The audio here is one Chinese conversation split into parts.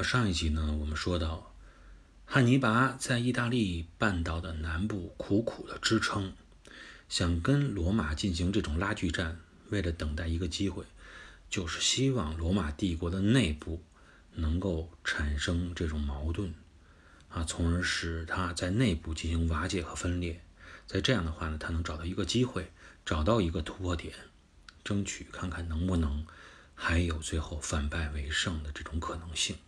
上一集呢，我们说到汉尼拔在意大利半岛的南部苦苦的支撑，想跟罗马进行这种拉锯战，为了等待一个机会，就是希望罗马帝国的内部能够产生这种矛盾从而使它在内部进行瓦解和分裂。在这样的话呢，他能找到一个机会，找到一个突破点，争取看看能不能还有最后反败为胜的这种可能性。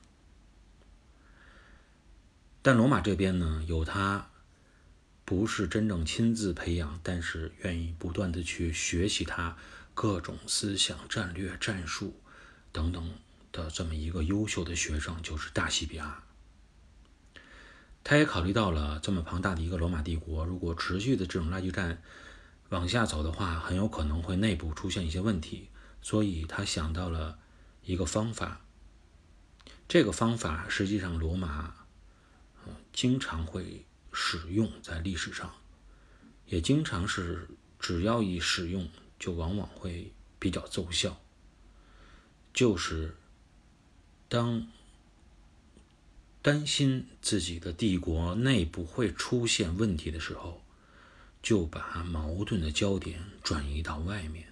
但罗马这边呢，有他不是真正亲自培养，但是愿意不断的去学习他各种思想、战略、战术等等的这么一个优秀的学生，就是大西比阿。他也考虑到了这么庞大的一个罗马帝国，如果持续的这种拉锯战往下走的话，很有可能会内部出现一些问题，所以他想到了一个方法。这个方法实际上罗马经常会使用，在历史上也经常是只要一使用就往往会比较奏效，就是当担心自己的帝国内部会出现问题的时候，就把矛盾的焦点转移到外面，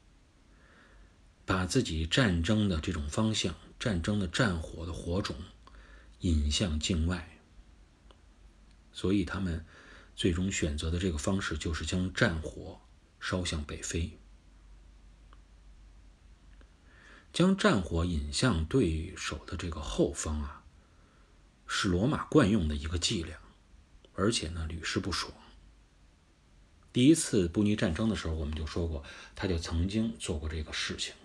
把自己战争的这种方向、战争的战火的火种引向境外。所以他们最终选择的这个方式就是将战火烧向北非，将战火引向对手的这个后方是罗马惯用的一个伎俩，而且呢屡试不爽。第一次布匿战争的时候，我们就说过，他就曾经做过这个事情。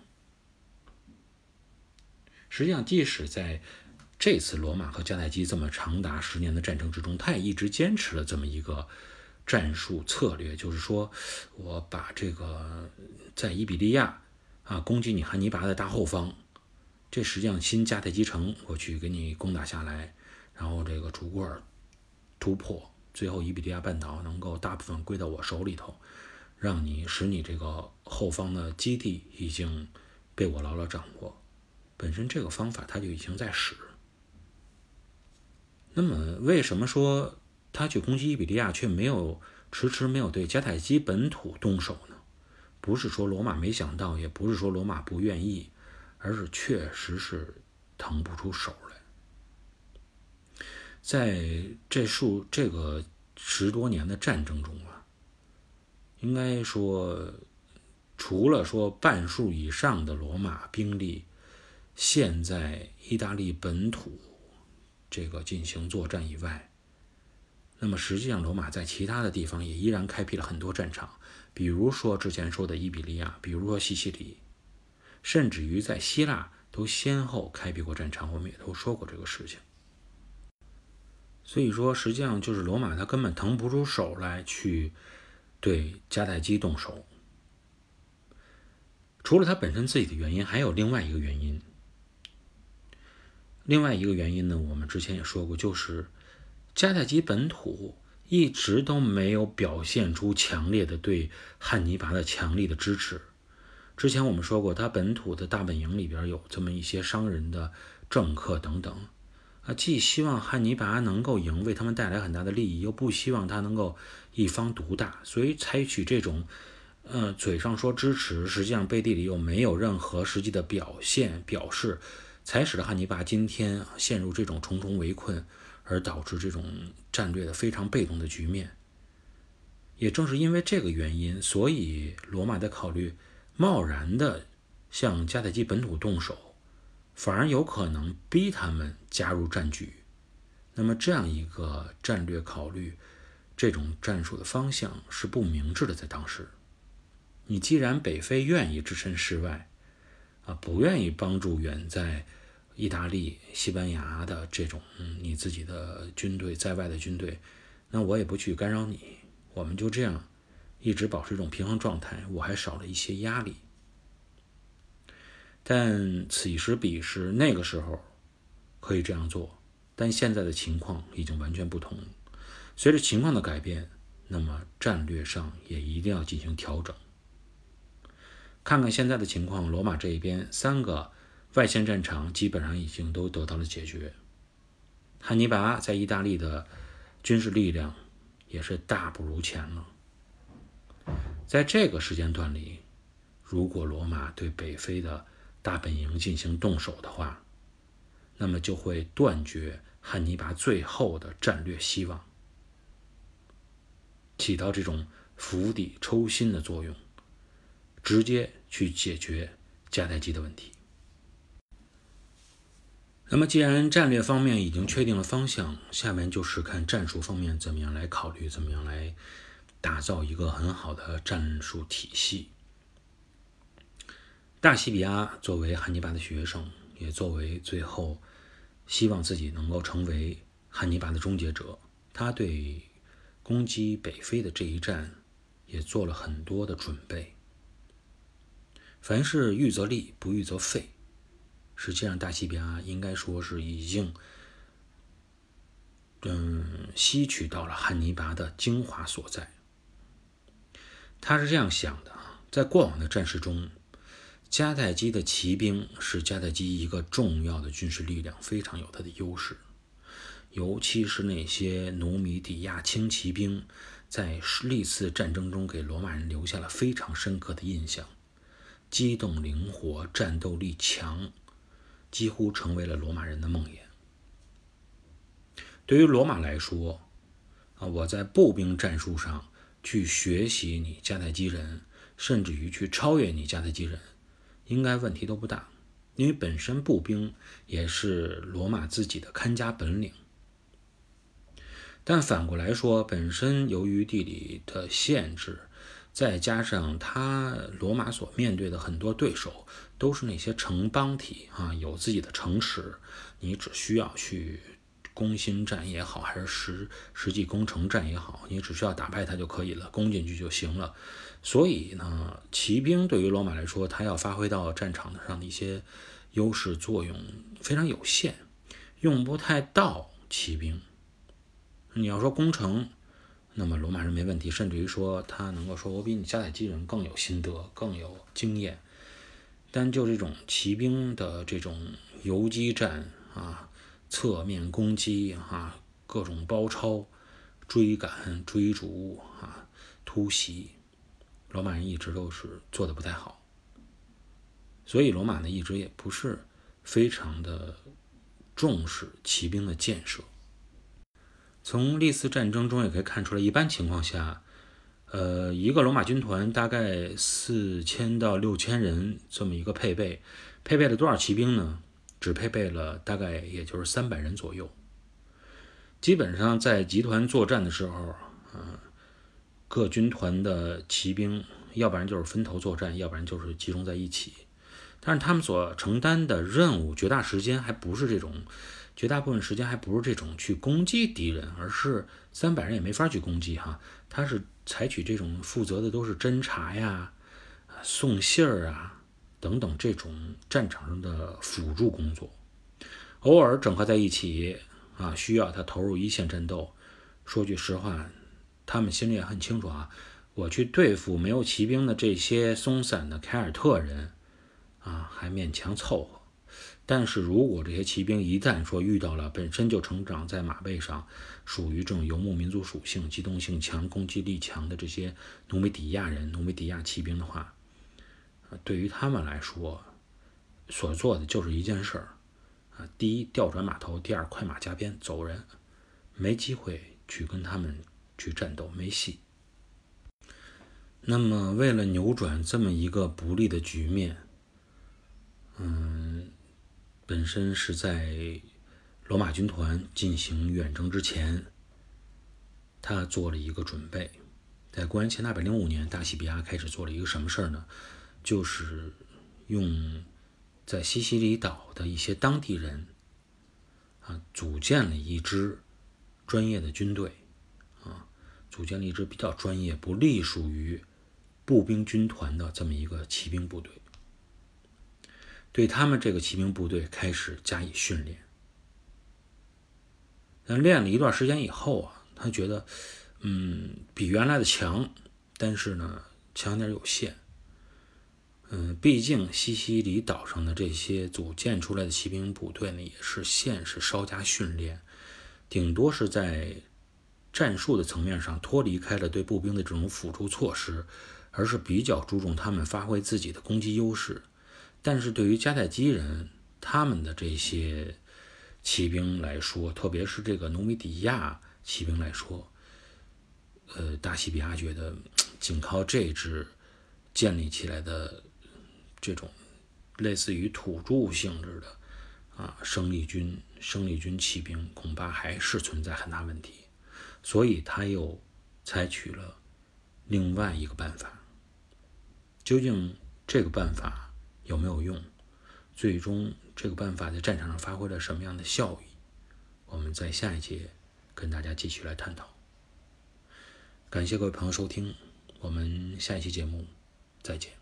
实际上，即使在这次罗马和迦太基这么长达10年的战争之中，他也一直坚持了这么一个战术策略，就是说我把这个在伊比利亚攻击你汉尼拔的大后方，这实际上新迦太基城我去给你攻打下来，然后这个逐个突破，最后伊比利亚半岛能够大部分归到我手里头，使你这个后方的基地已经被我牢牢掌握。本身这个方法他就已经在使。那么为什么说他去攻击伊比利亚却迟迟没有对迦太基本土动手呢？不是说罗马没想到，也不是说罗马不愿意，而是确实是腾不出手来。在这个10多年的战争中应该说除了说半数以上的罗马兵力现在意大利本土这个进行作战以外，那么实际上罗马在其他的地方也依然开辟了很多战场，比如说之前说的伊比利亚，比如说西西里，甚至于在希腊都先后开辟过战场，我们也都说过这个事情。所以说实际上就是罗马他根本腾不出手来去对迦太基动手。除了他本身自己的原因，还有另外一个原因。另外一个原因呢，我们之前也说过，就是迦太基本土一直都没有表现出强烈的对汉尼拔的强力的支持。之前我们说过，他本土的大本营里边有这么一些商人的政客等等既希望汉尼拔能够赢，为他们带来很大的利益，又不希望他能够一方独大，所以采取这种嘴上说支持，实际上背地里又没有任何实际的表示，才使得汉尼拔今天陷入这种重重围困，而导致这种战略的非常被动的局面。也正是因为这个原因，所以罗马在考虑贸然的向迦太基本土动手，反而有可能逼他们加入战局。那么这样一个战略考虑，这种战术的方向是不明智的。在当时，你既然北非愿意置身事外不愿意帮助远在意大利、西班牙的这种你自己的军队，在外的军队，那我也不去干扰你，我们就这样一直保持一种平衡状态，我还少了一些压力。但此时彼时，那个时候可以这样做，但现在的情况已经完全不同。随着情况的改变，那么战略上也一定要进行调整。看看现在的情况，罗马这一边3个外线战场基本上已经都得到了解决。汉尼拔在意大利的军事力量也是大不如前了。在这个时间段里，如果罗马对北非的大本营进行动手的话，那么就会断绝汉尼拔最后的战略希望，起到这种釜底抽薪的作用，直接去解决迦太基的问题。那么既然战略方面已经确定了方向，下面就是看战术方面怎么样来考虑，怎么样来打造一个很好的战术体系。大西比阿作为汉尼拔的学生，也作为最后希望自己能够成为汉尼拔的终结者，他对攻击北非的这一战也做了很多的准备。凡事预则立，不预则废。实际上大西比阿应该说是已经吸取到了汉尼拔的精华所在。他是这样想的，在过往的战事中，迦太基的骑兵是迦太基一个重要的军事力量，非常有它的优势。尤其是那些努米底亚轻骑兵，在历次战争中给罗马人留下了非常深刻的印象，机动灵活，战斗力强，几乎成为了罗马人的梦魇。对于罗马来说，我在步兵战术上去学习你迦太基人，甚至于去超越你迦太基人，应该问题都不大，因为本身步兵也是罗马自己的看家本领。但反过来说，本身由于地理的限制，再加上罗马所面对的很多对手都是那些城邦体有自己的城池，你只需要去攻心战也好，还是实际攻城战也好，你只需要打败它就可以了，攻进去就行了。所以呢，骑兵对于罗马来说，它要发挥到战场上的一些优势作用非常有限，用不太到骑兵。你要说攻城，那么罗马人没问题，甚至于说他能够说我比你迦太基人更有心得，更有经验。但就这种骑兵的这种游击战侧面攻击各种包抄、追赶、追逐突袭，罗马人一直都是做得不太好。所以罗马呢一直也不是非常的重视骑兵的建设。从历次战争中也可以看出来，一般情况下，一个罗马军团大概4000到6000人这么一个配备了多少骑兵呢？只配备了大概也就是300人左右。基本上在集团作战的时候，各军团的骑兵要不然就是分头作战，要不然就是集中在一起。但是他们所承担的任务，绝大部分时间还不是这种去攻击敌人，而是300人也没法去攻击他是采取这种负责的都是侦察呀、送信儿等等这种战场上的辅助工作，偶尔整合在一起需要他投入一线战斗。说句实话，他们心里也很清楚我去对付没有骑兵的这些松散的凯尔特人还勉强凑合。但是如果这些骑兵一旦说遇到了本身就成长在马背上，属于这种游牧民族属性、机动性强、攻击力强的这些努米底亚骑兵的话，对于他们来说所做的就是一件事第一，调转马头；第二，快马加鞭走人，没机会去跟他们去战斗，没戏。那么为了扭转这么一个不利的局面，本身是在罗马军团进行远征之前，他做了一个准备。在公元前205年，大西比阿开始做了一个什么事呢？就是用在西西里岛的一些当地人组建了一支专业的军队组建了一支比较专业、不隶属于步兵军团的这么一个骑兵部队，对他们这个骑兵部队开始加以训练。但练了一段时间以后他觉得比原来的强，但是呢强点有限。 毕竟西西里岛上的这些组建出来的骑兵部队呢，也是现实稍加训练，顶多是在战术的层面上脱离开了对步兵的这种辅助措施，而是比较注重他们发挥自己的攻击优势。但是对于迦太基人他们的这些骑兵来说，特别是这个努米底亚骑兵来说，大西比亚觉得仅靠这支建立起来的这种类似于土著性质的生力军骑兵，恐怕还是存在很大问题。所以他又采取了另外一个办法。究竟这个办法有没有用？最终这个办法在战场上发挥了什么样的效益？我们在下一节跟大家继续来探讨。感谢各位朋友收听，我们下一期节目再见。